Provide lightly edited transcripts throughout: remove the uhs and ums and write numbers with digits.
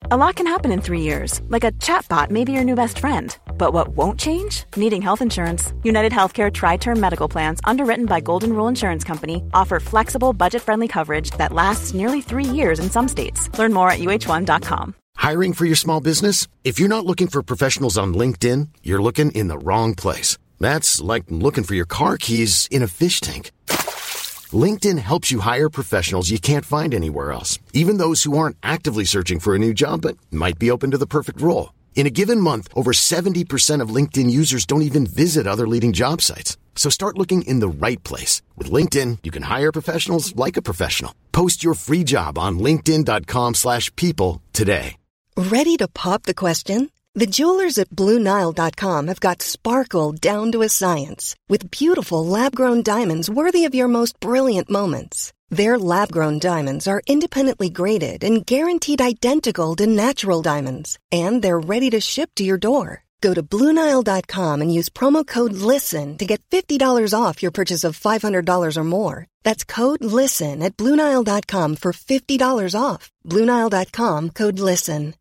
A lot can happen in 3 years, like a chatbot may be your new best friend. But what won't change? Needing health insurance. United Healthcare Tri-Term Medical Plans, underwritten by Golden Rule Insurance Company, offer flexible, budget-friendly coverage that lasts nearly 3 years in some states. Learn more at uh1.com. Hiring for your small business? If you're not looking for professionals on LinkedIn, you're looking in the wrong place. That's like looking for your car keys in a fish tank. LinkedIn helps you hire professionals you can't find anywhere else, even those who aren't actively searching for a new job but might be open to the perfect role. In a given month, over 70% of LinkedIn users don't even visit other leading job sites. So start looking in the right place. With LinkedIn, you can hire professionals like a professional. Post your free job on linkedin.com/people today. Ready to pop the question? The jewelers at BlueNile.com have got sparkle down to a science with beautiful lab-grown diamonds worthy of your most brilliant moments. Their lab-grown diamonds are independently graded and guaranteed identical to natural diamonds, and they're ready to ship to your door. Go to BlueNile.com and use promo code LISTEN to get $50 off your purchase of $500 or more. That's code LISTEN at BlueNile.com for $50 off. BlueNile.com, code LISTEN.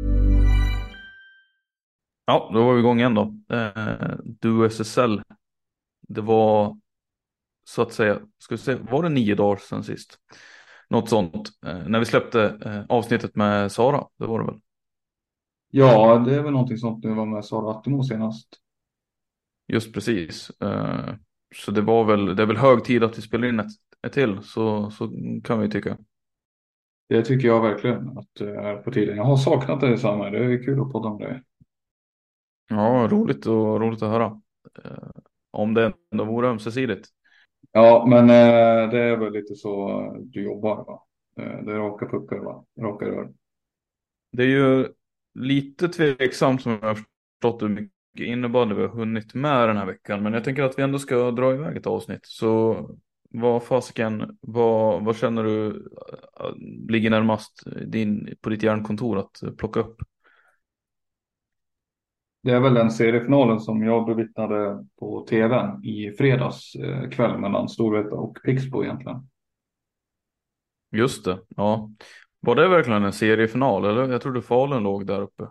Ja, då var vi igång igen då. Du SSL. Det var så att säga, ska vi se, var det 9 dagar sedan sist? Något sånt. När vi släppte avsnittet med Sara, det var det väl? Ja, det är väl någonting sånt nu var med Sara Attemo senast. Just precis. Så det är väl hög tid att vi spelar in ett till, så kan vi tycka. Det tycker jag verkligen att på tiden. Jag har saknat det samma. Det är kul att podda om det. Ja, roligt att höra. Om det ändå vore ömsesidigt. Ja, men det är väl lite så du jobbar, va? Det är raka puckar, va? Raka rör. Det är ju lite tveksamt som jag har förstått hur mycket innebandy vi har hunnit med den här veckan. Men jag tänker att vi ändå ska dra iväg ett avsnitt. Så vad känner du ligger närmast på ditt järnkontor att plocka upp? Det är väl den seriefinalen som jag bevittnade på tvn i fredags kväll mellan Storvreta och Pixbo egentligen. Just det, ja. Var det verkligen en seriefinal eller? Jag trodde Falun låg där uppe.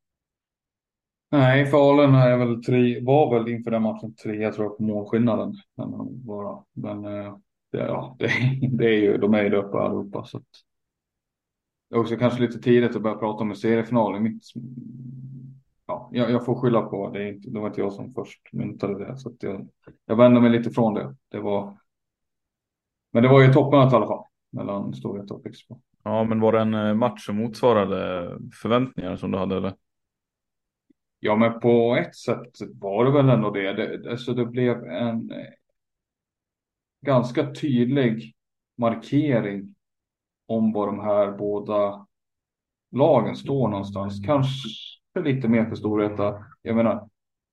Nej, Falun var väl inför den matchen 3, jag tror, på målskillnaden. Men det är ju, de är ju där uppe allihopa. Så att det är också kanske lite tidigt att börja prata om en seriefinal i mitt. Ja, jag får skylla på det. Det var inte jag som först myntade det. Så att jag vänder mig lite från det. Men det var ju toppen i alla fall. Mellan Storvreta och Pixbo. Ja, men var det en match som motsvarade förväntningar som du hade, eller? Ja, men på ett sätt var det väl ändå det. Alltså det blev en ganska tydlig markering om var de här båda lagen står någonstans. Kanske lite mer för Storvreta. Jag menar,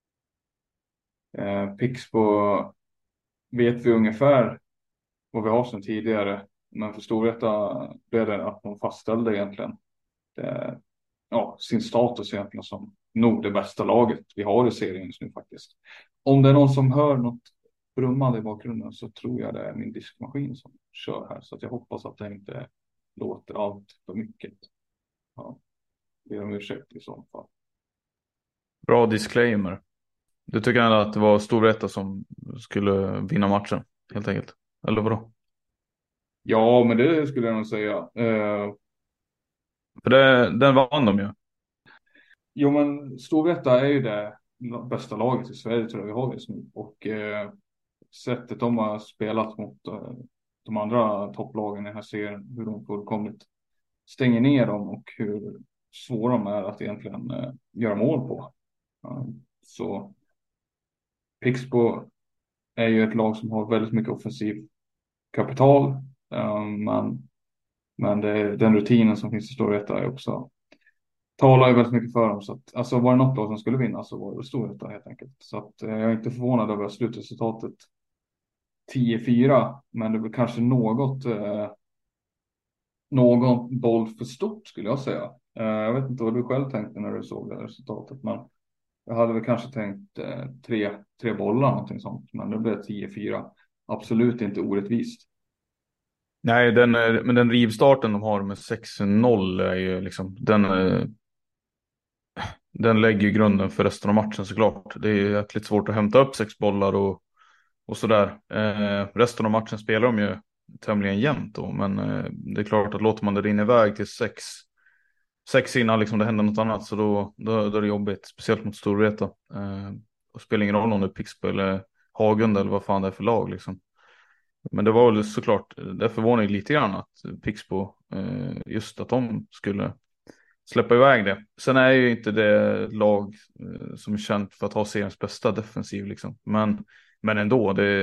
Pixbo vet vi ungefär vad vi har sedan tidigare. Men för Storvreta blev det att de fastställde egentligen sin status egentligen som nog det bästa laget vi har i serien just nu faktiskt. Om det är någon som hör något brummande i bakgrunden så tror jag det är min diskmaskin som kör här. Så att jag hoppas att det inte låter allt för mycket. Ja, det är om ursäkt i så fall. Bra disclaimer. Du tycker ändå att det var Storvreta som skulle vinna matchen, helt enkelt? Eller vadå? Ja, men det skulle jag nog säga. För den vann de ju. Jo, men Storvreta är ju det bästa laget i Sverige tror jag vi har just nu. Och sättet de har spelat mot de andra topplagen i den här serien, hur de fullkomligt stänger ner dem och hur svåra de är att egentligen göra mål på. Så Pixbo är ju ett lag som har väldigt mycket offensiv kapital. Men den rutinen som finns i Storvreta är också talar ju väldigt mycket för dem. Så att, alltså var det något lag som skulle vinna så var det Storvreta helt enkelt. Så att jag är inte förvånad över slutresultatet 10-4. Men det blir kanske någon boll för stort skulle jag säga. Jag vet inte vad du själv tänkte när du såg det resultatet. Men jag hade väl kanske tänkt tre bollar någonting sånt. Men det blev 10-4. Absolut inte orättvist. Nej, men den rivstarten de har med 6-0 är ju liksom, den lägger ju grunden för resten av matchen såklart. Det är ju jäkligt svårt att hämta upp 6 bollar och sådär. Resten av matchen spelar de ju tämligen jämnt då, men det är klart att låter man det rinna iväg till 6 innan liksom det händer något annat, så då är det jobbigt, speciellt mot Storvreta. Och spelar ingen roll om det är Pixbo eller Hagunda eller vad fan det är för lag liksom. Men det var väl såklart, det förvånar ju lite grann att Pixbo, just att de skulle släppa iväg det. Sen är ju inte det lag som är känt för att ha seriens bästa defensiv liksom. Men ändå, det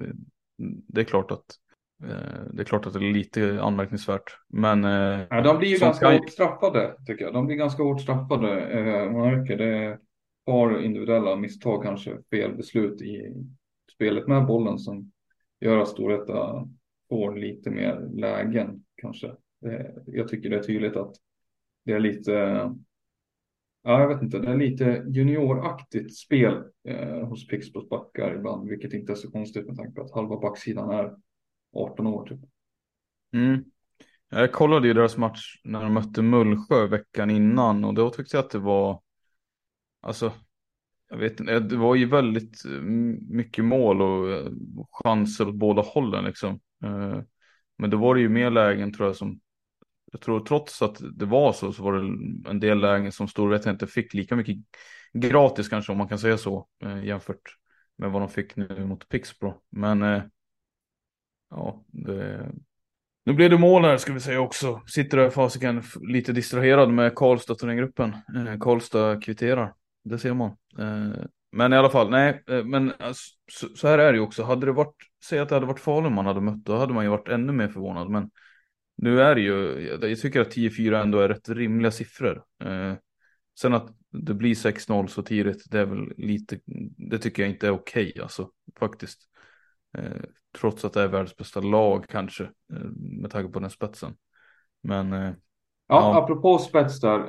är klart att det är lite anmärkningsvärt. Men Ja, de blir ju ganska kan... hårt straffade, tycker jag. De blir ganska hårt straffade. Man märker det är ett par individuella misstag, kanske fel beslut i spelet med bollen som gör att Storvreta får lite mer lägen kanske. Jag tycker det är tydligt att det är lite, ja, jag vet inte, det är lite junioraktigt spel hos Pixbos backar ibland, vilket inte är så konstigt med tanke på att halva backsidan är 18 år typ. Jag kollade ju deras match när de mötte Mullsjö veckan innan, och då tyckte jag att det var, alltså, jag vet inte, det var ju väldigt mycket mål och chanser åt båda hållen liksom. Men då var det ju mer lägen tror jag tror trots att det var så var det en del lägen som Storvreta inte fick lika mycket gratis kanske, om man kan säga så, jämfört med vad de fick nu mot Pixbo. Men ja, nu blev det mål här, ska vi säga också. Sitter där fasiken lite distraherad med Karlstad-turneringgruppen. Karlstad kvitterar, det ser man. Men i alla fall, nej, men alltså, så här är det ju också. Hade det varit, säg att det hade varit Falun man hade mött, då hade man ju varit ännu mer förvånad. Men nu är det ju, jag tycker att 10-4 ändå är rätt rimliga siffror. Sen att det blir 6-0 så tidigt, det är väl lite, det tycker jag inte är okej, alltså, faktiskt. Trots att det är världens bästa lag kanske, med tanke på den spetsen. Men ja, apropå spets där,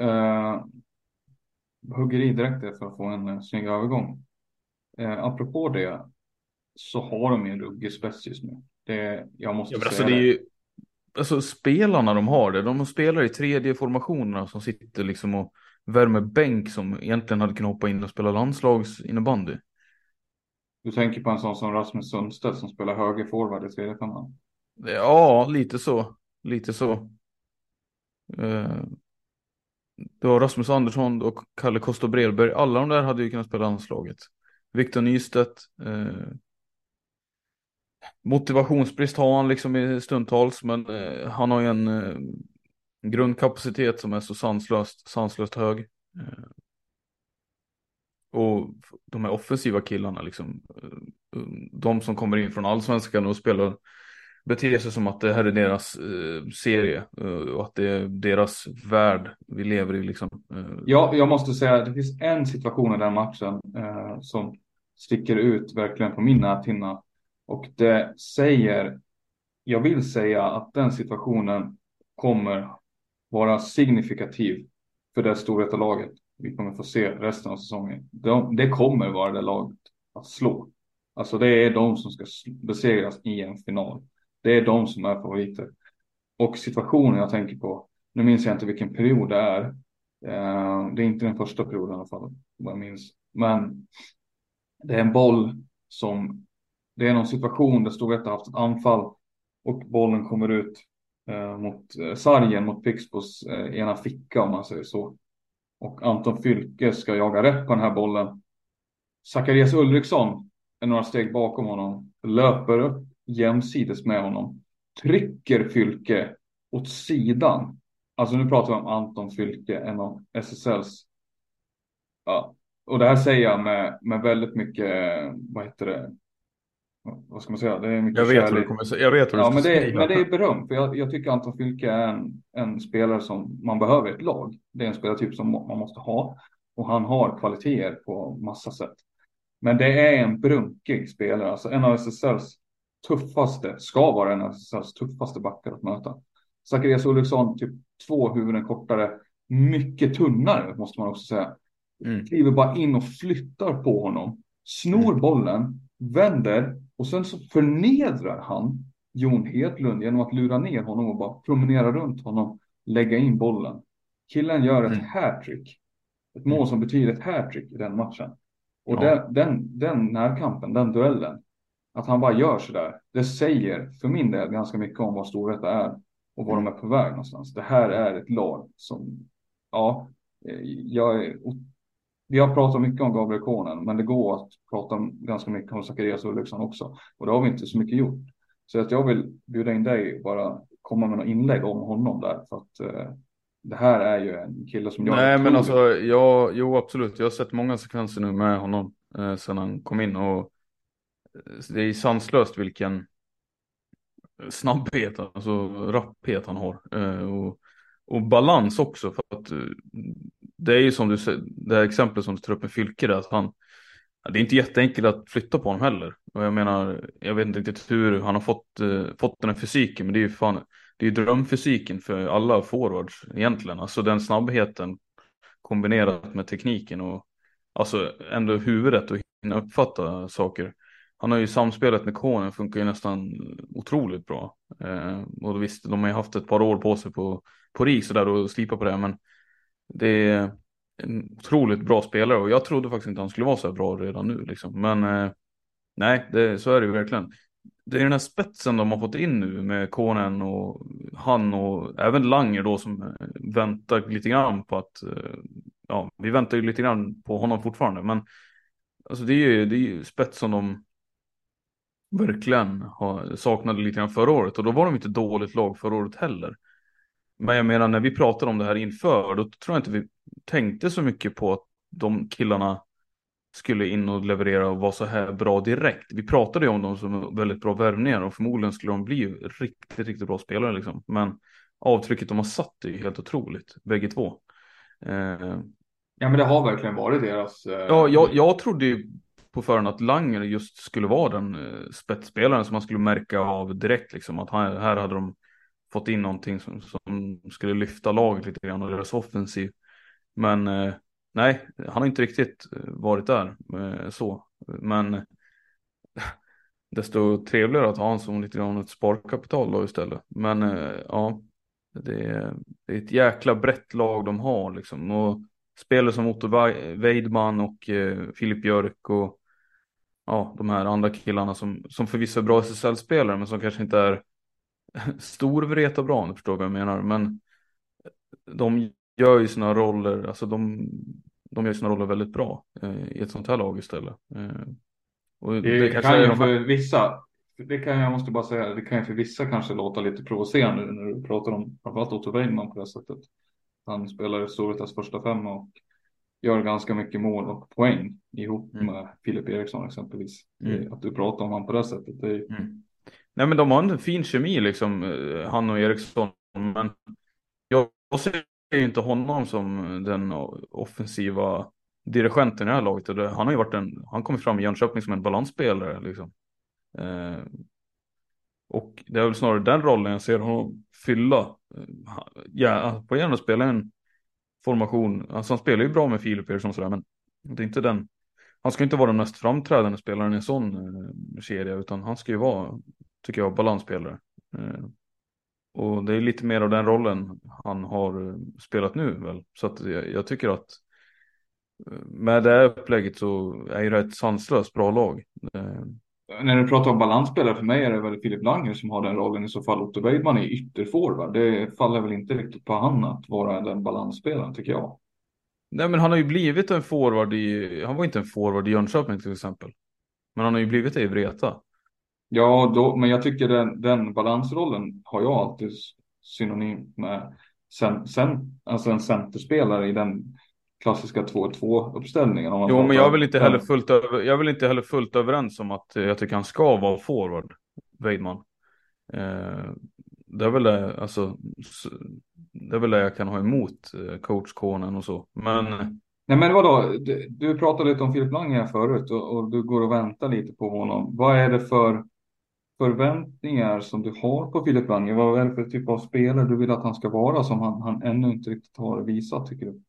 hugger i direkt för att få en snygg övergång. Apropå det så har de ju en ruggig spets just nu. Jag måste säga alltså, det är ju, alltså spelarna de har det, de spelar i 3D-formationerna som sitter liksom och värmer bänk, som egentligen hade kunnat hoppa in och spela landslagsinnebandy. Du tänker på en sån som Rasmus Sundstedt som spelar högerforward i tredje femman? Ja, lite så. Det var Rasmus Andersson och Kalle Kosta Bredberg. Alla de där hade ju kunnat spela landslaget. Viktor Nystedt. Motivationsbrist har han liksom i stundtals, men han har ju en grundkapacitet som är så sanslöst hög. Och de här offensiva killarna liksom, de som kommer in från allsvenskan och spelar, beter sig som att det här är deras serie och att det är deras värld vi lever i liksom. Ja, jag måste säga att det finns en situation i den matchen som sticker ut verkligen på min näthinna, och jag vill säga att den situationen kommer vara signifikativ för det Storvreta-laget vi kommer få se resten av säsongen. Det kommer vara det laget att slå. Alltså det är de som ska besegras i en final. Det är de som är favoriter. Och situationen jag tänker på, nu minns jag inte vilken period det är. Det är inte den första perioden i alla fall, vad jag minns. Men det är en boll som, det är någon situation där Storvreta har haft ett anfall och bollen kommer ut mot sargen, mot Pixbos ena ficka, om man säger så. Och Anton Fylke ska jaga rätt på den här bollen. Zacharias Ulriksson är några steg bakom honom, löper upp jämsides med honom, trycker Fylke åt sidan. Alltså nu pratar vi om Anton Fylke, en av SSLs. Ja. Och det här säger jag med väldigt mycket, vad heter det? Vad ska man säga? Det är mycket jag vet kärlek. vad du kommer säga. Jag vet vad du ska säga. Men det är beröm. För jag tycker Anton Fylke är en spelare som man behöver i ett lag. Det är en spelartyp som man måste ha. Och han har kvaliteter på massa sätt. Men det är en brunkig spelare. Alltså en av SSLs tuffaste, ska vara en av SSLs tuffaste backar att möta. Zacharias Ulriksson, typ 2 huvuden kortare. Mycket tunnare, måste man också säga. Kliver bara in och flyttar på honom. Snor bollen, vänder och sen så förnedrar han Jon Hedlund genom att lura ner honom och bara promenera runt honom, lägga in bollen. Killen gör ett hattrick. Ett mål som betyder ett hattrick i den matchen. Och Ja. den närkampen, den duellen, att han bara gör sådär, det säger för min del ganska mycket om vad Storvreta är och var de är på väg någonstans. Det här är ett lag som, ja, vi har pratat mycket om Gabriel Konen, men det går att prata ganska mycket om Zacharias Ulriksson också. Och det har vi inte så mycket gjort. Så att jag vill bjuda in dig bara komma med några inlägg om honom där. För att det här är ju en kille som jag... Nej, men alltså, jo absolut. Jag har sett många sekvenser nu med honom sedan han kom in. Och det är sanslöst vilken snabbhet, alltså rapphet han har. Och balans också. För att det är ju som du säger, det här exemplet som du tar upp med Fylke där, att det är inte jätteenkelt att flytta på honom heller. Och jag menar, jag vet inte riktigt hur han har fått den här fysiken, men det är ju fan, det är ju drömfysiken för alla forwards egentligen. Alltså den snabbheten kombinerat med tekniken och alltså ändå huvudet och hinna uppfatta saker. Han har ju samspelet med Konen, funkar ju nästan otroligt bra. Och visst, de har ju haft ett par år på sig på ris och där och slipa på det, men det är en otroligt bra spelare och jag trodde faktiskt inte han skulle vara så här bra redan nu liksom. Men nej, så är det ju verkligen. Det är den här spetsen de har fått in nu med Konen och han och även Langer då som väntar lite grann på att ja, vi väntar ju lite grann på honom fortfarande, men alltså det är ju spets som de verkligen saknade lite grann förra året, och då var de inte dåligt lag förra året heller. Men jag menar, när vi pratade om det här inför, då tror jag inte vi tänkte så mycket på att de killarna skulle in och leverera och vara så här bra direkt. Vi pratade ju om dem som väldigt bra värvningar och förmodligen skulle de bli riktigt, riktigt bra spelare liksom. Men avtrycket de har satt är ju helt otroligt, bägge två. Ja, men det har verkligen varit deras... Ja, jag trodde ju på förhand att Langer just skulle vara den spetsspelaren som man skulle märka av direkt liksom. Att här hade de fått in någonting som skulle lyfta laget lite grann och deras offensiv. Men nej, han har inte riktigt varit där så. Men desto trevligare att ha han som lite grann ett sparkapital då istället. Men ja, det är ett jäkla brett lag de har liksom. Och spelare som Otto Weidman och Filip Björk och ja, de här andra killarna som förvisso är bra SSL-spelare men som kanske inte är storvreta bra, om du förstår vad jag menar. Men de gör ju sina roller, alltså de gör sina roller väldigt bra i ett sånt här lag istället. Och Det kanske kan är ju de här... för vissa, jag måste bara säga, det kan ju för vissa kanske låta lite provocerande när du pratar om framförallt Otto Weidman på det sättet. Han spelar i Storvretas första femma och gör ganska mycket mål och poäng ihop med Filip Eriksson exempelvis. Att du pratar om han på det sättet. Det är... Nej, men de har en fin kemi liksom, han och Eriksson. Men jag ser ju inte honom som den offensiva dirigenten i det här laget. Han har ju varit han kommer fram i Jönköping som en balansspelare liksom. Och det är väl snarare den rollen jag ser honom fylla. Ja, han får gärna spela en formation. Alltså han spelar ju bra med Filip Eriksson sådär, men det är inte den. Han ska inte vara den mest framträdande spelaren i en sån kedja, utan han ska ju vara, tycker jag, balansspelare. Och det är lite mer av den rollen han har spelat nu väl. Så att jag tycker att med det här upplägget så är det ett sanslöst bra lag. När du pratar om balansspelare, för mig är det väl Filip Langer som har den rollen, i så fall Otto Weidman är ytterforward. Det faller väl inte riktigt på han att vara den balansspelaren, tycker jag. Nej, men han har ju blivit en forward han var inte en forward i Jönköping till exempel. Men han har ju blivit det i Vreta. Ja, men jag tycker den balansrollen har jag alltid synonym med alltså en centerspelare i den klassiska 2-2-uppställningen. Jo, men jag är väl inte heller fullt överens om att jag tycker han ska vara forward, Weidman. Det är väl det, alltså, det är väl det jag kan ha emot coachkonen och så. Men nej, men vadå? Du pratade lite om Filip Langer förut och du går och väntar lite på honom. Vad är det för förväntningar som du har på Filip Langer? Vad är det för typ av spelare du vill att han ska vara som han ännu inte riktigt har visat, tycker du?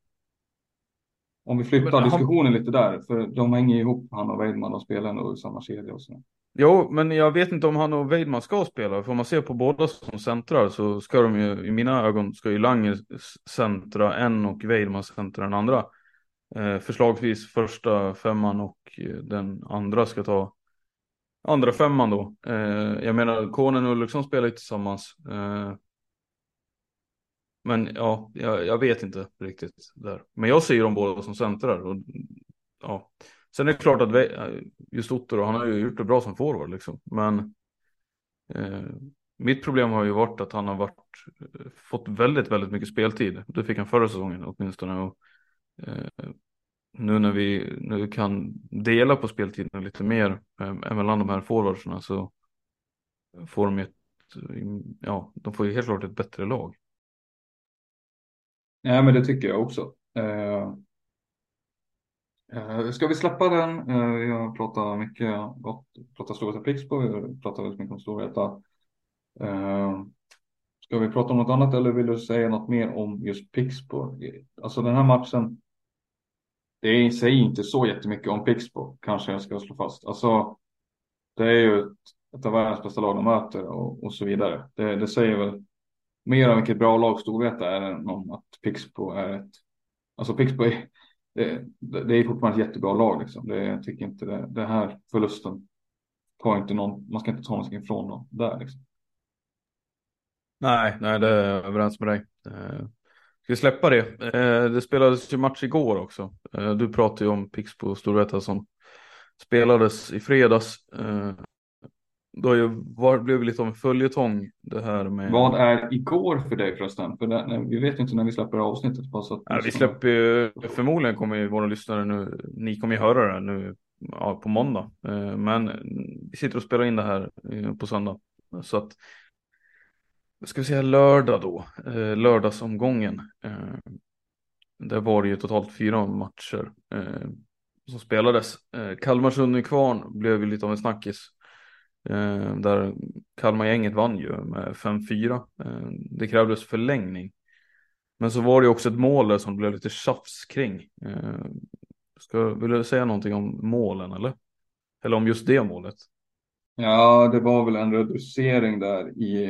Om vi flyttar diskussionen lite där, för de hänger ihop, han och Weidman, och spelar ändå i samma kedja och så. Jo, men jag vet inte om han och Weidman ska spela. För om man ser på båda som centrar så ska de ju, i mina ögon, ska ju Langer centra en och Weidman centra den andra. Förslagsvis första femman och den andra ska ta andra femman då. Jag menar, Konen och Ulriksson spelar ju tillsammans. Men ja, jag vet inte riktigt där. Men jag ser dem båda som centrar. Och, ja. Sen är det klart att just Otto, han har ju gjort det bra som forward liksom. Men Eh, mitt problem har ju varit att han har fått väldigt, väldigt mycket speltid. Det fick han förra säsongen åtminstone. Och, nu när vi nu kan dela på speltiden lite mer mellan de här forwardsarna så får de de får ju helt klart ett bättre lag. Ja, men det tycker jag också. Ska vi släppa den? Vi har pratat mycket, pratat Storvreta Pixbo, vi har pratat väldigt mycket om Storvreta. Ska vi prata om något annat eller vill du säga något mer om just Pixbo? Alltså den här matchen, det säger inte så jättemycket om Pixbo, kanske jag ska slå fast. Alltså det är ju ett av världens bästa lag de möter och så vidare. Det säger väl mer om vilket bra lag Storvreta är än om att Pixbo är ett... Alltså Pixbo är... Det är fortfarande ett jättebra lag liksom. Jag tycker inte det här förlusten tar inte någon, man ska inte ta någonting ifrån dem där liksom. Nej, det är jag överens med dig. Ska vi släppa det? Det spelades ju match igår också. Du pratade ju om Pixbo och Storvreta som spelades i fredags. Då blev det lite av en följetong det här med... Vad är igår för dig förresten? För vi vet inte när vi släpper avsnittet. Bara så att vi släpper ju, förmodligen kommer ju våra lyssnare nu, ni kommer ju höra det nu på måndag. Men vi sitter och spelar in det här på söndag. Så att, ska vi säga lördag då, lördagsomgången. Där var det ju totalt 4 matcher som spelades. Kalmarsund-Nykvarn blev ju lite av en snackis. Där Kalmar-gänget vann ju med 5-4. Det krävdes förlängning. Men så var det också ett mål där som blev lite tjafs kring. Vill du säga någonting om målen eller? Eller om just det målet? Ja, det var väl en reducering där i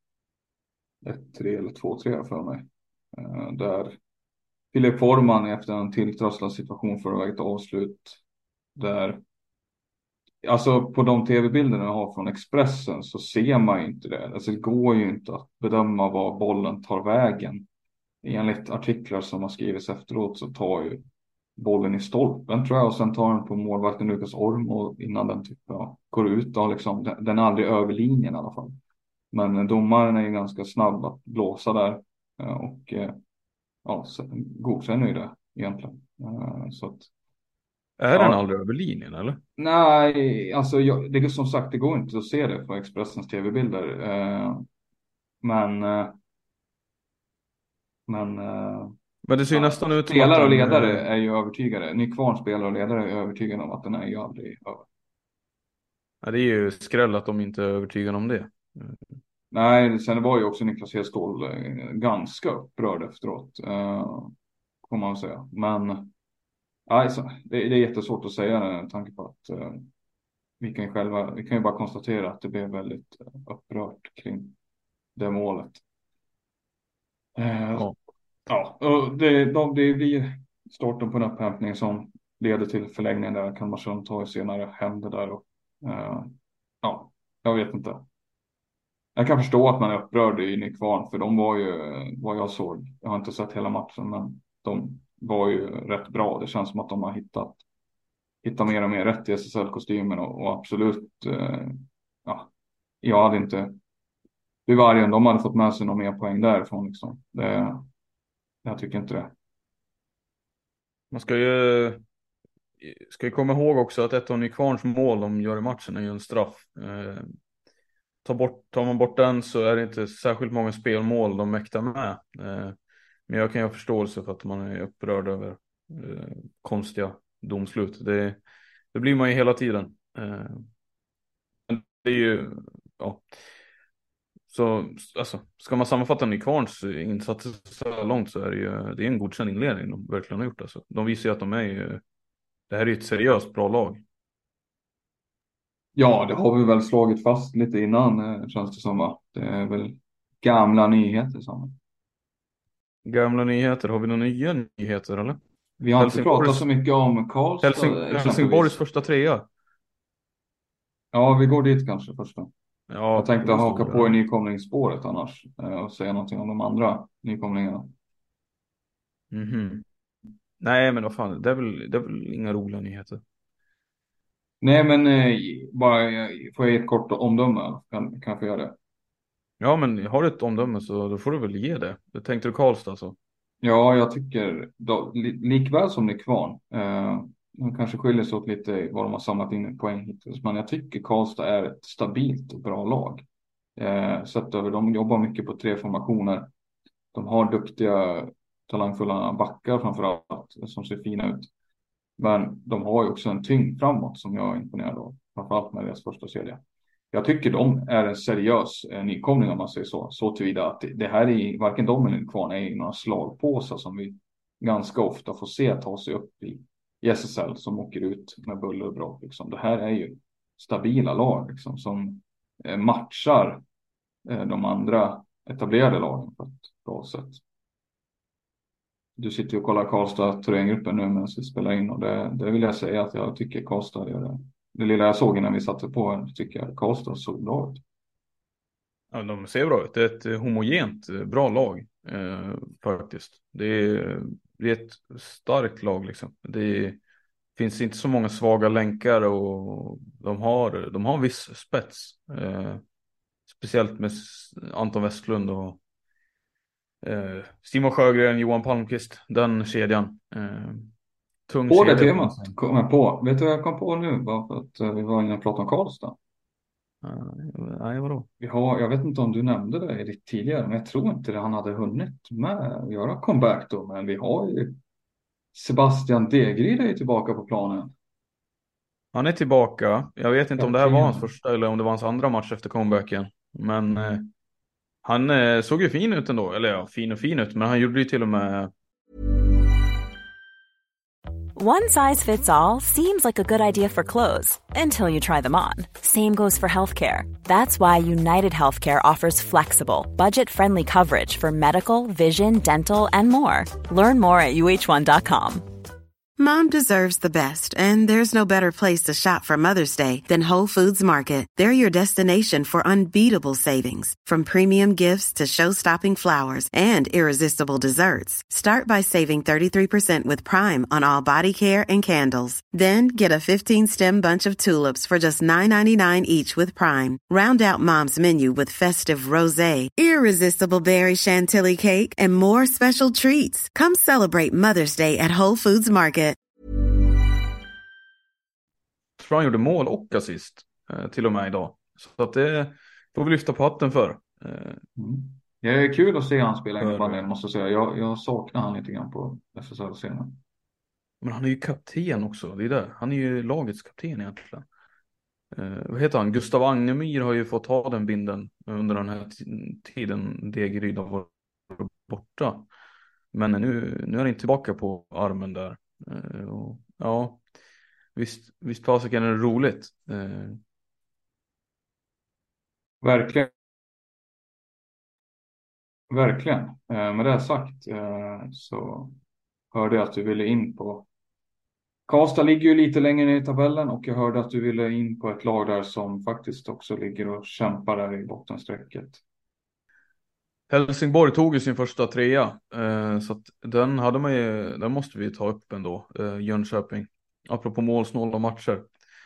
1-3 eller 2-3 för mig. Där Filip Forman efter en tilltrasslad situation för ett avslut där. Alltså på de tv-bilderna jag har från Expressen så ser man ju inte det. Alltså det går ju inte att bedöma var bollen tar vägen. Enligt artiklar som har skrivits efteråt så tar ju bollen i stolpen tror jag och sen tar den på målvakten Lukas Orm och innan den typ, går ut då liksom, den är aldrig över linjen i alla fall. Men domaren är ju ganska snabb att blåsa där och godkänner ju det egentligen. Så att, är den aldrig över linjen eller? Nej, alltså det är som sagt det går inte att se det på Expressens tv-bilder. Men det ser ju nästan ut som spelare att och ledare är ju övertygade. Nykvarn spelare och ledare är övertygade om att den är ju aldrig över. Ja, det är ju skräll att de inte är övertygade om det. Nej, sen var ju också Niklas Hedståhl ganska upprörd efteråt. Får man säga. Men alltså, det är jättesvårt att säga med tanke på att vi kan ju bara konstatera att det blev väldigt upprört kring det målet. Ja. Ja, och det blir starten på en upphämtning som leder till förlängningen där Kalmarsund tar senare händer där och ja, jag vet inte. Jag kan förstå att man är upprörd i Nykvarn för de var ju vad jag såg. Jag har inte sett hela matchen men de var ju rätt bra. Det känns som att de har hittat mer och mer rätt i SSL-kostymen och absolut jag hade inte blivit arg om de hade fått med sig någon mer poäng därifrån liksom. Jag tycker inte det. Man ska ju komma ihåg också att ett av Nykvarns mål de gör i matchen är ju en straff. Tar man bort den så är det inte särskilt många spelmål de mäktar med. Men jag kan ju ha förståelse för att man är upprörd över konstiga domslut. Det blir man ju hela tiden. Men det är ju, ja. Så alltså, ska man sammanfatta Nykvarns insatser så långt så är det är en godkänd inledning de verkligen har gjort. Alltså. De visar ju att det här är ett seriöst bra lag. Ja, det har vi väl slagit fast lite innan, känns det som, va? Det är väl gamla nyheter som. Gamla nyheter, har vi några nya nyheter eller? Vi har inte pratat så mycket om Karlstad Helsingborgs exempelvis. första trea. Ja, vi går dit kanske först då. Jag Ja, tänkte hur haka stor på är i den? nykomlingsspåret annars och säga någonting om de andra nykomlingarna. Mhm. Nej, men vad fan, det är väl inga roliga nyheter. Nej, men bara får jag ge ett kort omdöme? Kan jag få göra det? Ja, men har du ett omdöme så då får du väl ge det. Det tänkte du Karlstad så. Ja, jag tycker likväl som Nykvarn. De kanske skiljer sig åt lite i vad de har samlat in i poäng hittills. Men jag tycker Karlstad är ett stabilt och bra lag. Sett över, de jobbar mycket på tre formationer. De har duktiga, talangfulla backar framför allt som ser fina ut. Men de har ju också en tyngd framåt som jag är imponerad av. Framförallt med deras första serie. Jag tycker de är en seriös nykomling om man säger så. Så tillvida att det här är varken de eller Nykvarn är några slagpåsar som vi ganska ofta får se ta sig upp i SSL som åker ut med buller och bra. Liksom. Det här är ju stabila lag liksom, som matchar de andra etablerade lagen på ett bra sätt. Du sitter ju och kollar Karlstad Thorengruppen nu medan vi spelar in och det vill jag säga att jag tycker Karlstad gör det. Det lilla jag såg innan vi satte på tycker jag Karlstad såg bra ut. Ja, de ser bra ut. Det är ett homogent, bra lag faktiskt. Det är ett starkt lag liksom. Det finns inte så många svaga länkar och de har en viss spets. Speciellt med Anton Westlund och Simon Sjögren, Johan Palmqvist, den kedjan. Tung På det kedja får man temat säga. kom jag på. Vet du vad jag kom på nu? Bara för att vi var inne och pratade om Karlstad. Nej, vadå? Jag vet inte om du nämnde det i ditt tidigare, men jag tror inte det han hade hunnit med att göra comeback då. Men vi har ju Sebastian Degeryd är ju tillbaka på planen. Han är tillbaka. Jag vet inte om det här var hans Kapten. första eller om det var hans andra match efter comebacken. Men han såg ju fin ut ändå. Eller ja, fin och fin ut. Men han gjorde ju till och med... One size fits all seems like a good idea for clothes until you try them on. Same goes for healthcare. That's why United Healthcare offers flexible, budget-friendly coverage for medical, vision, dental, and more. Learn more at uh1.com. Mom deserves the best, and there's no better place to shop for Mother's Day than Whole Foods Market. They're your destination for unbeatable savings, from premium gifts to show-stopping flowers and irresistible desserts. Start by saving 33% with Prime on all body care and candles. Then get a 15-stem bunch of tulips for just $9.99 each with Prime. Round out Mom's menu with festive rosé, irresistible berry chantilly cake, and more special treats. Come celebrate Mother's Day at Whole Foods Market. Tror han gjorde mål och assist. Till och med idag. Så att det får vi lyfta på hatten för. Mm. Det är kul att se han spela För- innebandy måste jag säga. Jag saknar han lite grann på SSL-scenen. Men han är ju kapten också. Det är det. Han är ju lagets kapten egentligen. Vad heter han? Gustav Agnemyr har ju fått ha den binden under den här tiden Degeryd har varit borta. Men nu är han inte tillbaka på armen där. Och, ja, visst fasiken är det roligt. Verkligen. Verkligen. Med det sagt så hörde jag att du ville in på Karlstad ligger ju lite längre ner i tabellen och jag hörde att du ville in på ett lag där som faktiskt också ligger och kämpar där i bottensträcket. Helsingborg tog ju sin första trea. Så att den måste vi ta upp ändå. Jönköping. Apropå målsnåla matcher.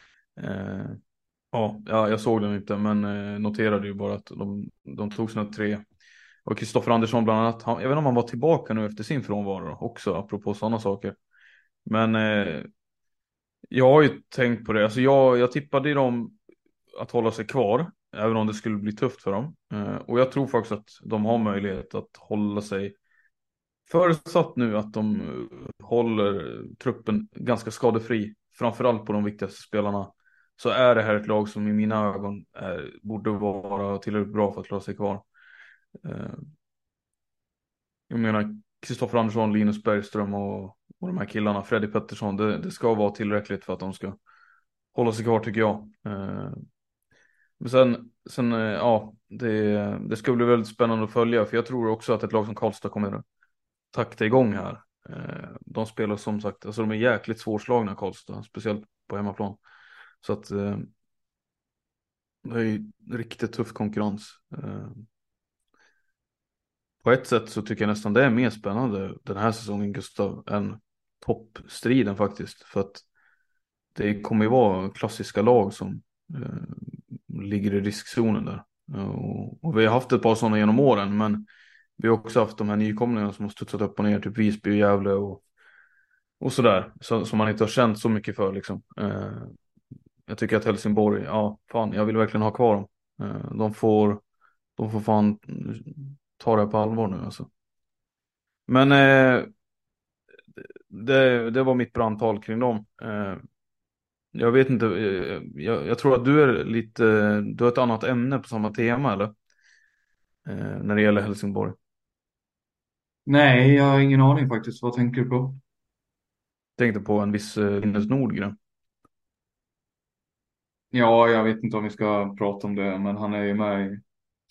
Ja, jag såg den inte men noterade ju bara att de tog sina tre. Och Kristoffer Andersson bland annat. Jag vet inte om han var tillbaka nu efter sin frånvaro också. Apropå sådana saker. Men jag har ju tänkt på det. Alltså jag tippade ju dem att hålla sig kvar. Även om det skulle bli tufft för dem. Och jag tror faktiskt att de har möjlighet att hålla sig. Förutsatt nu att de håller truppen ganska skadefri. Framförallt på de viktigaste spelarna. Så är det här ett lag som i mina ögon borde vara tillräckligt bra för att klara sig kvar. Jag menar Kristoffer Andersson, Linus Bergström och de här killarna, Freddy Pettersson, det ska vara tillräckligt för att de ska hålla sig kvar tycker jag. Men sen ja, det ska bli väldigt spännande att följa, för jag tror också att ett lag som Karlstad kommer takta igång här. De spelar som sagt, alltså de är jäkligt svårslagna Karlstad, speciellt på hemmaplan. Så att det är ju riktigt tuff konkurrens. På ett sätt så tycker jag nästan det är mer spännande den här säsongen, Gustav, än toppstriden faktiskt. För att det kommer ju vara klassiska lag som ligger i riskzonen där. Och vi har haft ett par sådana genom åren, men vi har också haft de här nykomlingarna som har studsat upp och ner, typ Visby och Gävle och sådär. Som man inte har känt så mycket för liksom. Jag tycker att Helsingborg, ja fan, jag vill verkligen ha kvar dem. De får fan ta det på allvar nu alltså. Men det var mitt brandtal kring dem. Jag vet inte, jag tror att du har ett annat ämne på samma tema, eller? När det gäller Helsingborg. Nej, jag har ingen aning faktiskt. Vad tänker du på? Tänkte på en viss Linus Nordgren. Ja, jag vet inte om vi ska prata om det, men han är ju med i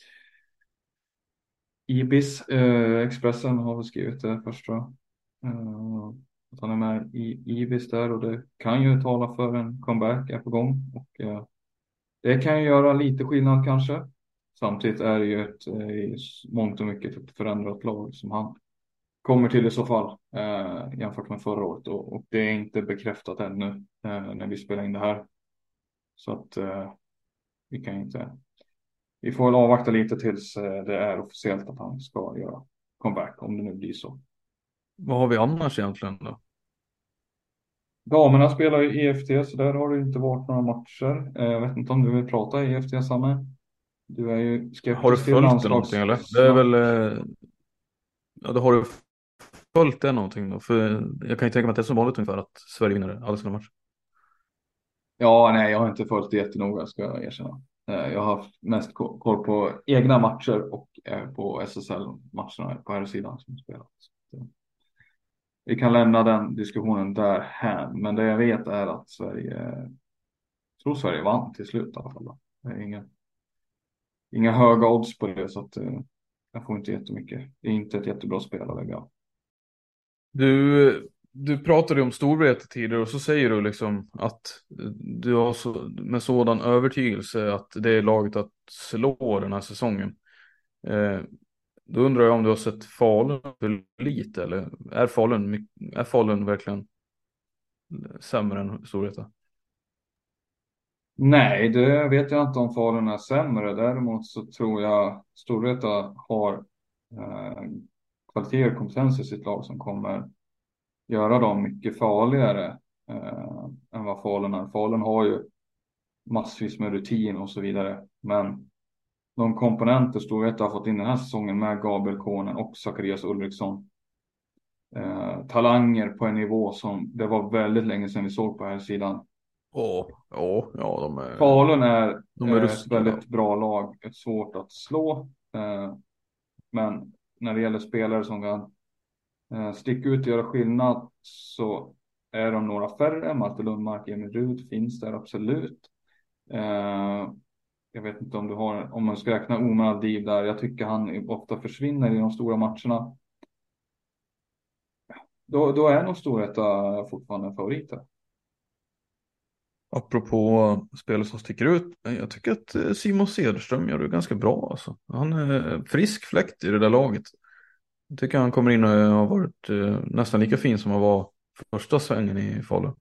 Ibis. Expressen har väl skrivit det först, tror jag. Att han är med i Ibis där, och det kan ju tala för en comeback är på gång. Och det kan ju göra lite skillnad kanske. Samtidigt är det ju i mångt och mycket ett förändrat lag som han kommer till i så fall, jämfört med förra året. Och det är inte bekräftat ännu när vi spelar in det här. Så att vi kan inte. Vi får väl avvakta lite tills det är officiellt att han ska göra comeback, om det nu blir så. Vad har vi annars egentligen då? Damerna spelar ju EFT, så där har det inte varit några matcher. Jag vet inte om du vill prata EFT, Samme. Du är ju skeptisk. Har du följt det någonting eller? Det är väl ja, det har du följt det någonting då? För jag kan ju tänka mig att det är så vanligt ungefär att Sverige vinner alla sina matcher. Ja, nej, jag har inte följt det jättenoga, ska jag erkänna. Jag har haft mest koll på egna matcher och på SSL-matcherna på här sidan som spelat. Vi kan lämna den diskussionen där här, men det jag vet är att Sverige vann till slut i alla fall. Det är inga höga odds på det, så att jag får inte jättemycket. Det är inte ett jättebra spel att lägga. Du pratade om Storvreta tidigare, och så säger du liksom att du har med sådan övertygelse att det är laget att slå den här säsongen. Då undrar jag om du har sett Falun för lite, eller är Falun verkligen sämre än Storvreta? Nej, det vet jag inte om Falun är sämre. Däremot så tror jag Storvreta har kvaliteter och kompetens i sitt lag som kommer göra dem mycket farligare än vad Falun är. Falun har ju massvis med rutin och så vidare, men de komponenter Storvreta har fått in den här säsongen med Gabriel Konen och Zacharias Ulriksson, talanger på en nivå som det var väldigt länge sedan vi såg på här sidan. Falun är ett väldigt bra lag, ett svårt att slå, men när det gäller spelare som kan sticka ut och göra skillnad, så är de några färre. Malte Lundmark, Emil Rud finns där absolut. Jag vet inte om man ska räkna Omar Aldiv där. Jag tycker han ofta försvinner i de stora matcherna. Då är nog Storvreta fortfarande favoriter. Apropå spelare som sticker ut, jag tycker att Simon Cederström gör det ganska bra alltså. Han är frisk fläkt i det där laget. Jag tycker han kommer in och har varit nästan lika fin som han var första svängen i Falun.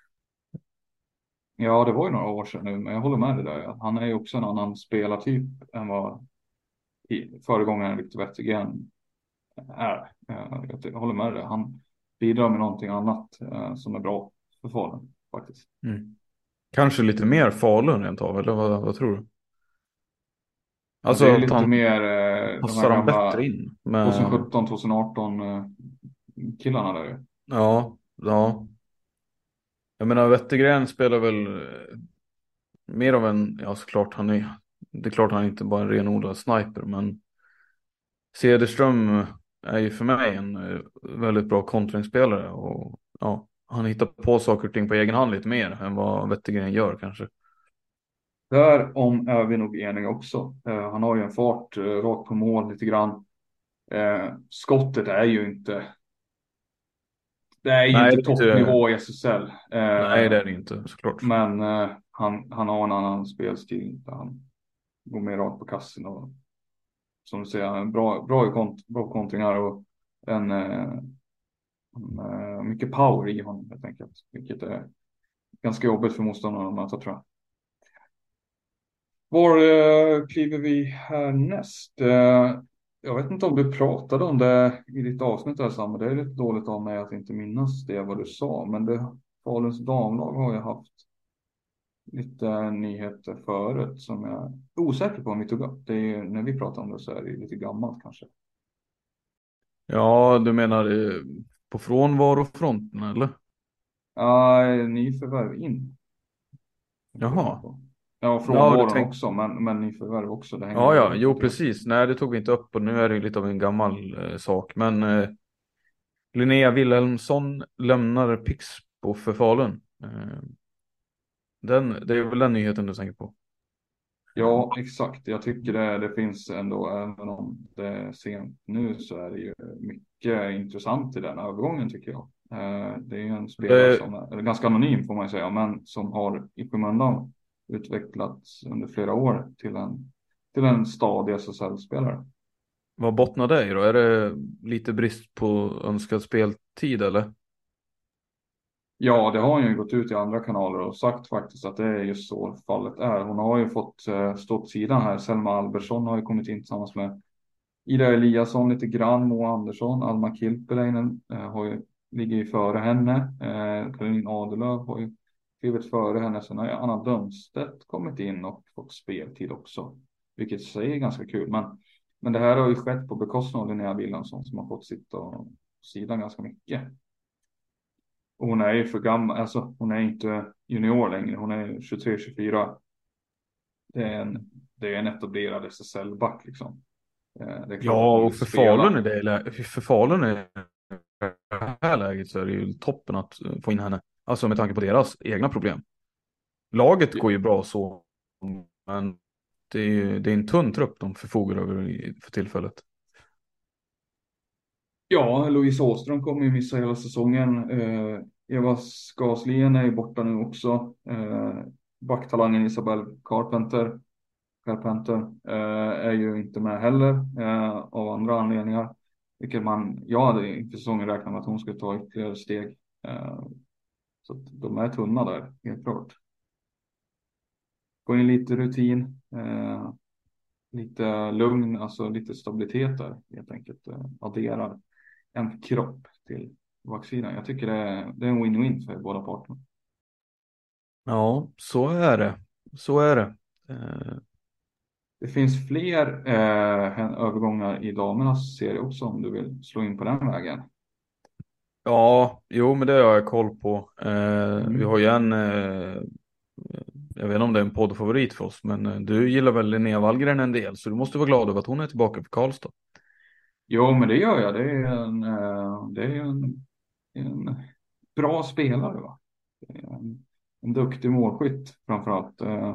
Ja, det var ju några år sedan nu, men jag håller med dig där. Han är ju också en annan spelartyp än vad föregångaren Victor Wettergren är. Jag håller med dig. Han bidrar med någonting annat som är bra för Falun faktiskt. Mm. Kanske lite mer Falun rent av, eller vad tror du? Alltså det är lite mer passar han bättre in med 2017-2018 killarna där. Ja. Jag menar, Wettergren spelar väl mer av en, ja såklart det är klart han är inte bara en renodlad sniper, men Cederström är ju för mig en väldigt bra kontringsspelare, och ja, han hittar på saker och ting på egen hand lite mer än vad Wettergren gör kanske. Därom är vi nog eniga också. Han har ju en fart rakt på mål lite grann. Skottet är ju inte. Det är ju Nej, inte det är inte, toppnivå i SSL. nej, det är det inte såklart. Men han har en annan spelstil där han går mer rakt på kassen och som du säger, bra kontringar och mycket power i honom helt enkelt. Vilket är ganska jobbigt för motståndarna att möta, tror jag. Var kliver vi härnäst? Jag vet inte om du pratade om det i ditt avsnitt där, Sam, men det är lite dåligt av mig att inte minnas det vad du sa. Men Faluns damlag har ju haft lite nyheter förut som jag är osäker på om vi tog upp. Det är ju, när vi pratar om det så är det lite gammalt kanske. Ja, du menar på frånvarofronten eller? Nyförvärv in. Jaha. Ja, frånvaron också, men nyförvärv också. Det hänger Ja, ihop jo lite grann. precis. Nej, det tog vi inte upp och nu är det ju lite av en gammal sak. Men Linnea Wilhelmsson lämnar Pixbo för Falun. Det är väl den nyheten du tänker på? Ja, exakt. Jag tycker det finns ändå, även om det är sent nu, så är det ju mycket intressant i den övergången tycker jag. Det är ju en spelare som är ganska anonym får man ju säga, men som har i skymundan utvecklats under flera år till en stadig SSL-spelare. Vad bottnar det i då? Är det lite brist på önskad speltid eller? Ja, det har hon ju gått ut i andra kanaler och sagt faktiskt att det är just så fallet är. Hon har ju fått stå åt sidan här. Selma Albersson har ju kommit in tillsammans med Ida Eliasson lite grann, Moa Andersson, Alma Kilpeläinen ligger ju före henne. Caroline Adelöv har ju skrivit före henne. Sen har ju Anna Dönstedt kommit in och fått speltid också. Vilket i sig är ganska kul. Men det här har ju skett på bekostnad av Linnea Wilhelmsson som har fått sitta på sidan ganska mycket. Och hon är ju för gammal, alltså hon är inte junior längre. Hon är 23-24. Det är en etablerad SSL-back liksom. Det är klart Ja, hon och vill spela. för Falun i det här läget så är det ju toppen att få in henne. Alltså med tanke på deras egna problem. Laget går ju bra så, men det är en tunn trupp de förfogar över för tillfället. Ja, Louise Åström kommer ju missa hela säsongen. Eva Skaslien är ju borta nu också. Backtalangen Isabel Carpenter är ju inte med heller av andra anledningar. Vilket jag hade inför säsongen räknat med att hon skulle ta ytterligare steg. Så att de är tunna där, helt klart. Gå in lite rutin, lite lugn, alltså lite stabilitet där helt enkelt. Adderar en kropp till backsidan. Jag tycker det är en win-win för båda parterna. Ja, så är det. Så är det. Det finns fler övergångar i damernas serie också om du vill slå in på den vägen. Ja, jo, men det har jag koll på. Vi har ju jag vet inte om det är en poddfavorit för oss, men du gillar väl Linnea Wallgren en del, så du måste vara glad över att hon är tillbaka för Karlstad. Jo, men det gör jag. Det är en bra spelare, va? Det är en duktig målskytt framförallt.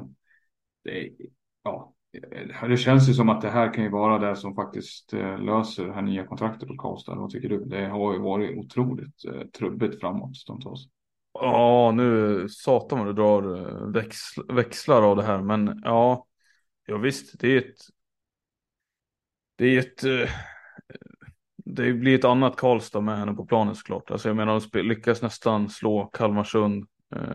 Ja, det känns ju som att det här kan ju vara det som faktiskt löser det här nya kontraktet på Karlstad. Vad tycker du? Det har ju varit otroligt trubbigt framåt stundtals. Ja, nu satan vad du drar växlar av det här, men ja, visst, det blir ett annat Karlstad med henne på planen såklart. Alltså jag menar, de lyckas nästan slå Kalmarsund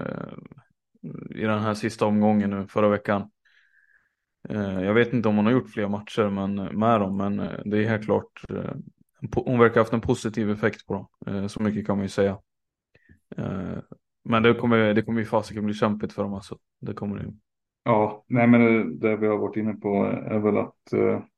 i den här sista omgången nu förra veckan. Jag vet inte om hon har gjort fler matcher med dem, men det är helt klart. Hon verkar ha haft en positiv effekt på dem. Så mycket kan man ju säga. Men det kommer ju fasiken bli kämpigt för dem alltså. Det kommer det ju. Ja, nej, men det vi har varit inne på är väl att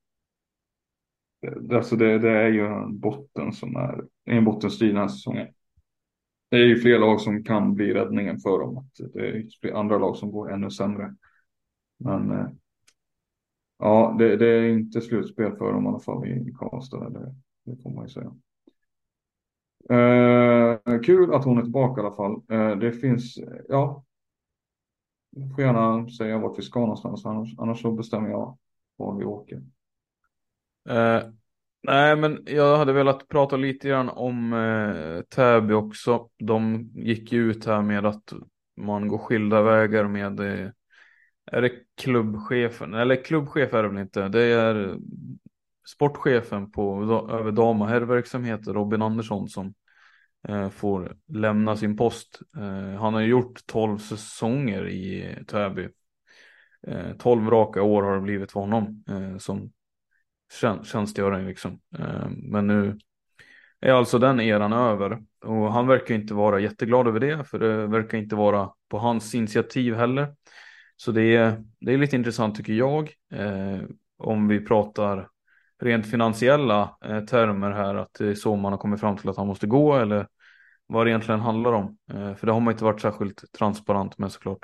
alltså det är ju en botten som är en bottenstrid den här säsongen. Det är ju fler lag som kan bli räddningen för dem. Att det är andra lag som går ännu sämre. Men ja, det är inte slutspel för dem i alla fall i Karlstad. Det får man ju säga. Kul att hon är tillbaka i alla fall. Det finns, ja, du får gärna säga vart vi ska någonstans. Annars så bestämmer jag var vi åker. Eh, nej, men jag hade velat prata lite grann om Täby också. De gick ju ut här med att man går skilda vägar med är det klubbchefen? Eller klubbchef är det väl inte. Det är sportchefen på över dam- och herrverksamhet, Robin Andersson, som får lämna sin post. Han har gjort 12 säsonger i Täby. 12 raka år har det blivit för honom som tjänstgöring liksom. Men nu är alltså den eran över. Och han verkar inte vara jätteglad över det, för det verkar inte vara på hans initiativ heller. Så det är lite intressant tycker jag. Om vi pratar rent finansiella termer här, att det är så man har kommit fram till att han måste gå, eller vad det egentligen handlar om. För det har man inte varit särskilt transparent med såklart.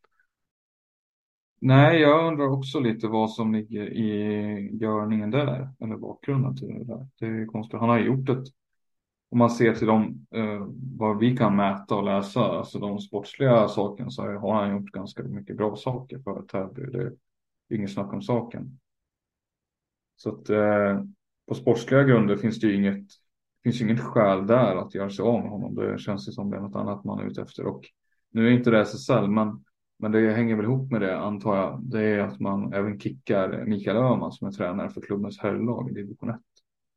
Nej, jag undrar också lite vad som ligger i görningen där, eller bakgrunden till det där. Det är konstigt. Han har gjort ett, om man ser till vad vi kan mäta och läsa, alltså de sportsliga sakerna, så har han gjort ganska mycket bra saker för Täby. Det är inget snack om saken. Så att på sportsliga grunder finns ju inget skäl där att göra sig av med honom. Det känns ju som det är något annat man är ute efter. Och nu är inte det SSL, men det hänger väl ihop med det, antar jag. Det är att man även kickar Mikael Öhman som är tränare för klubbens herrlag i division 1.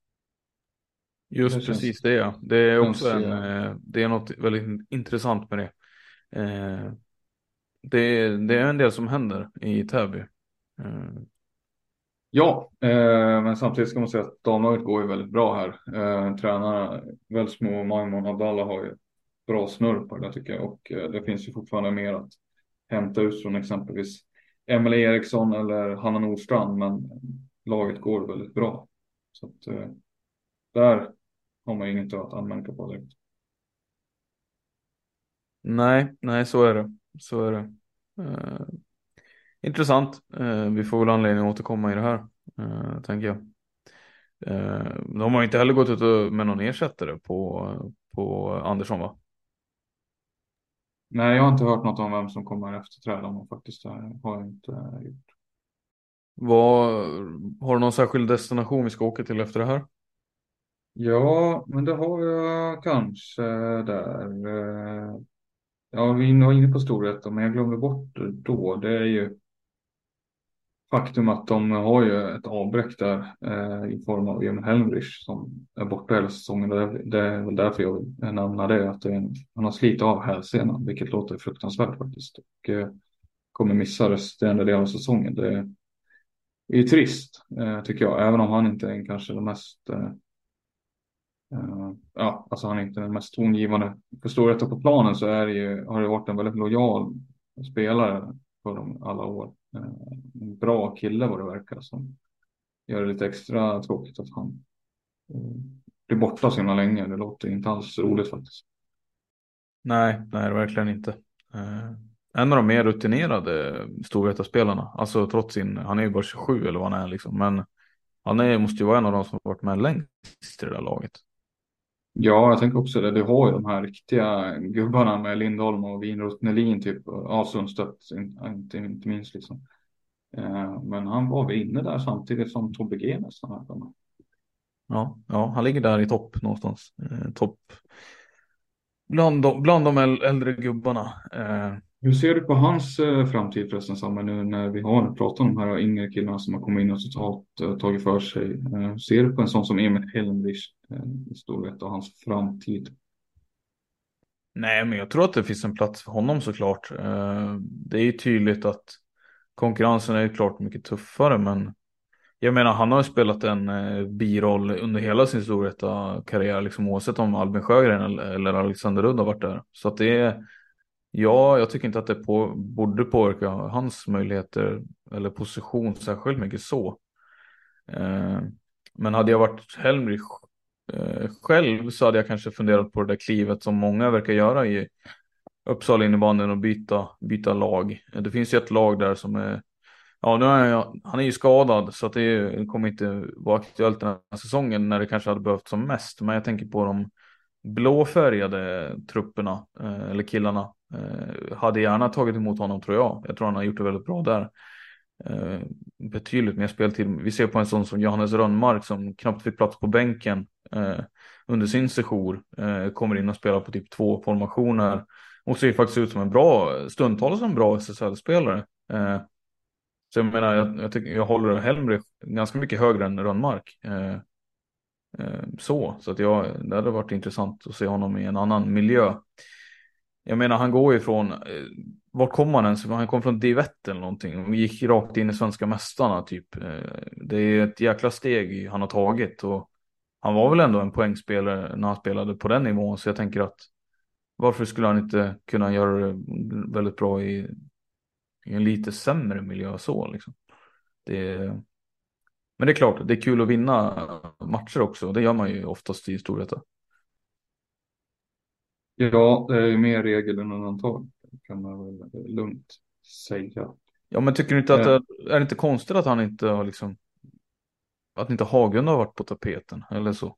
Det Just känns, precis det, ja. Det är också känns, det är något väldigt intressant med det. Eh, det är en del som händer i Täby. Eh, Ja, men samtidigt ska man säga att damlaget går ju väldigt bra här. Tränarna, Välsmo och Maimon Abdallah har ju bra snurr på det där tycker jag. Och det finns ju fortfarande mer att hämta ut från exempelvis Emelie Eriksson eller Hanna Nordstrand. Men laget går väldigt bra. Så att där har man inget att anmärka på direkt. nej, så är det. Så är det. Eh, intressant. Vi får väl anledning att återkomma i det här, tänker jag. De har inte heller gått ut med någon ersättare på Andersson, va? Nej, jag har inte hört något om vem som kommer efterträda honom faktiskt. Det har jag inte gjort. Har du någon särskild destination vi ska åka till efter det här? Ja, men det har jag kanske där. Ja, vi var inne på Storvreta, men jag glömde bort det då. Det är ju faktum att de har ju ett avbräck där i form av Emil Helmrich som är borta hela säsongen. Det är väl därför jag vill nämna det. Att han har slitit av hälsenan, vilket låter fruktansvärt faktiskt. Och kommer missa resterande del av säsongen. Det är ju trist, tycker jag. Även om han inte är kanske den mest... ja, alltså han är inte den mest tongivande. För Storvreta på planen så har det varit en väldigt lojal spelare för dem alla år. En bra kille vad det verkar som. Gör det lite extra tråkigt att han blir borta så himla länge. Det låter inte alls roligt faktiskt. Nej, verkligen inte. En av de mer rutinerade Storvreta-spelarna. Alltså trots han är ju bara 27 eller vad han är liksom. Men måste ju vara en av de som har varit med längst i det där laget. Ja, jag tänker också det. Du har ju de här riktiga gubbarna med Lindholm och Winroth Nelin typ. Ja, Sundstedt inte minst liksom. Men han var väl inne där samtidigt som Tobbe G nästan. Här. Ja, han ligger där i topp någonstans. Topp bland de äldre gubbarna. Hur ser du på hans framtid förresten, Samuel, nu när vi har pratat om de här yngre killarna som har kommit in och totalt tagit för sig? Ser du på en sån som Emil Helmrich i Storvreta och hans framtid? Nej, men jag tror att det finns en plats för honom såklart. Det är ju tydligt att konkurrensen är ju klart mycket tuffare, men jag menar, han har ju spelat en biroll under hela sin Storvreta-karriär, liksom, oavsett om Albin Sjögren eller Alexander Rudd har varit där. Så att det är, ja, jag tycker inte att det borde påverka hans möjligheter eller position särskilt mycket så. Men hade jag varit Helmrich själv så hade jag kanske funderat på det där klivet som många verkar göra i Uppsala innebandyn och byta lag. Det finns ju ett lag där som är, ja, han är ju skadad så att det kommer inte vara aktuellt den här säsongen när det kanske hade behövt som mest. Men jag tänker på de blåfärgade trupperna, eller killarna, hade gärna tagit emot honom, tror jag. Jag tror han har gjort det väldigt bra där. Betydligt mer speltid. Vi ser på en sån som Johannes Rönnmark som knappt fick plats på bänken under sin sejour. Kommer in och spelar på typ 2 formationer och ser faktiskt ut som en bra, stundtals som en bra SSL-spelare. Så jag menar, jag håller Helmrich ganska mycket högre än Rönnmark. Så att det hade varit intressant att se honom i en annan miljö. Jag menar, han går ju från, vart kom han ens? Han kom från Divett eller någonting och gick rakt in i svenska mästarna typ. Det är ett jäkla steg han har tagit, och han var väl ändå en poängspelare när han spelade på den nivån, så jag tänker att varför skulle han inte kunna göra det väldigt bra i en lite sämre miljö så liksom. Men det är klart, det är kul att vinna matcher också. Det gör man ju oftast i Storvreta. Ja, det är ju mer regel än undantag, kan man väl lugnt säga. Ja, men tycker du inte att är det inte konstigt att han inte har liksom, att inte Hagen har varit på tapeten eller så?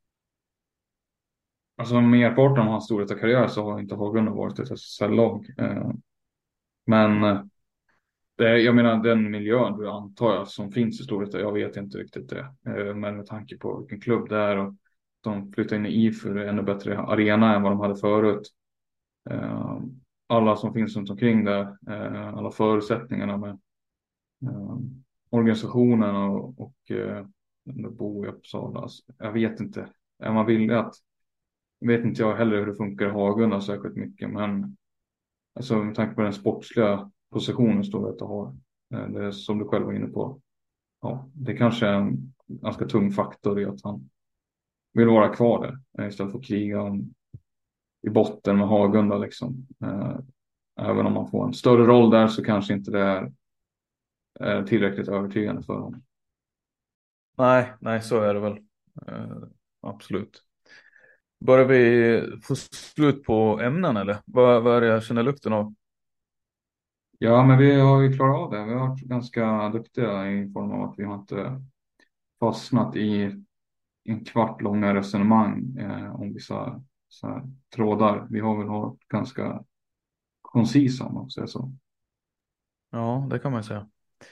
Alltså merparten av hans Storvreta-karriär så har inte Hagen varit ett SSL-lag. Men jag menar, den miljön du antar jag som finns i Storvreta, jag vet inte riktigt det. Men med tanke på vilken klubb det är och de flyttar in i IFUR, ännu bättre arena än vad de hade förut. Alla som finns runt omkring där, alla förutsättningarna med organisationen och bo i Uppsala. Alltså, jag vet inte. Är man villig att, vet inte jag heller hur det funkar i Hagunda särskilt mycket, men alltså med tanke på den sportsliga positionen Storvreta har, det är som du själv var inne på, ja, det kanske är en ganska tung faktor i att han vill vara kvar där istället för att kriga i botten med Hagunda liksom. Även om man får en större roll där så kanske inte det är tillräckligt övertygande för honom. Nej, så är det väl. Absolut. Börjar vi få slut på ämnen eller? Vad är det jag känner lukten av? Ja, men vi har ju klarat av det. Vi har varit ganska duktiga i form av att vi har inte fastnat i en kvart långa resonemang om vissa så här trådar. Vi har väl varit ganska koncisa om man säger så. Ja, det kan man säga.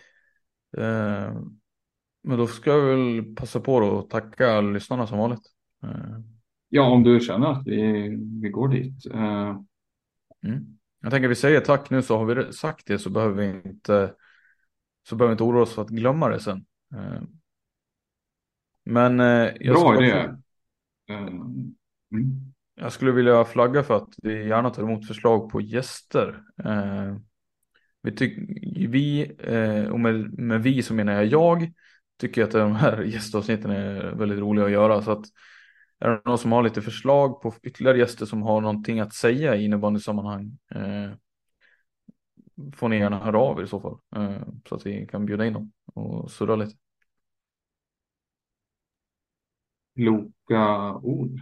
Men då ska jag väl passa på att tacka lyssnarna som vanligt. Ja, om du känner att vi går dit. Jag tänker vi säger tack nu, så har vi sagt det, så behöver vi inte oroa oss för att glömma det sen. Men bra idé. Jag skulle vilja flagga för att vi gärna tar emot förslag på gäster. Och med vi så menar jag tycker att de här gästavsnitten är väldigt roliga att göra, så att är det någon som har lite förslag på ytterligare gäster som har någonting att säga i innebandysammanhang, får ni gärna höra av er i så fall, så att vi kan bjuda in dem och surra lite. Kloka ord.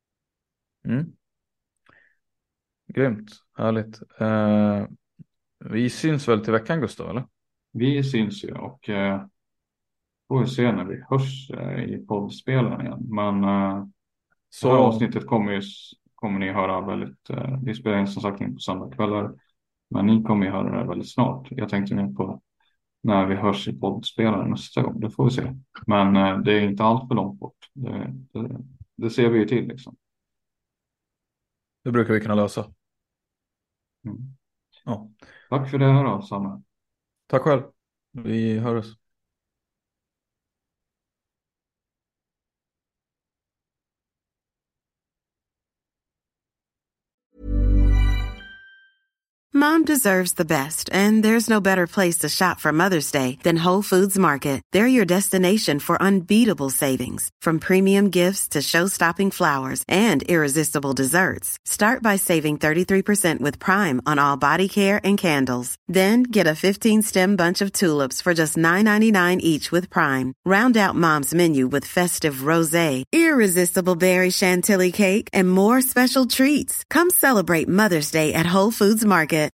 Grymt, härligt. Vi syns väl till veckan, Gustav, eller? Vi syns ju, och får vi se när vi hörs i poddspelaren igen. Men så det här avsnittet kommer ni höra väldigt, vi spelar in som sagt in på söndagskvällar, men ni kommer ju höra det väldigt snart. Jag tänkte nu på när vi hörs i poddspelaren nästa gång, det får vi se. Men det är inte allt för långt bort. Det ser vi ju till liksom. Det brukar vi kunna lösa. Ja. Tack för det här då, Samuel. Tack själv. Vi hörs. Mom deserves the best, and there's no better place to shop for Mother's Day than Whole Foods Market. They're your destination for unbeatable savings, from premium gifts to show-stopping flowers and irresistible desserts. Start by saving 33% with Prime on all body care and candles. Then get a 15-stem bunch of tulips for just $9.99 each with Prime. Round out Mom's menu with festive rosé, irresistible berry chantilly cake, and more special treats. Come celebrate Mother's Day at Whole Foods Market.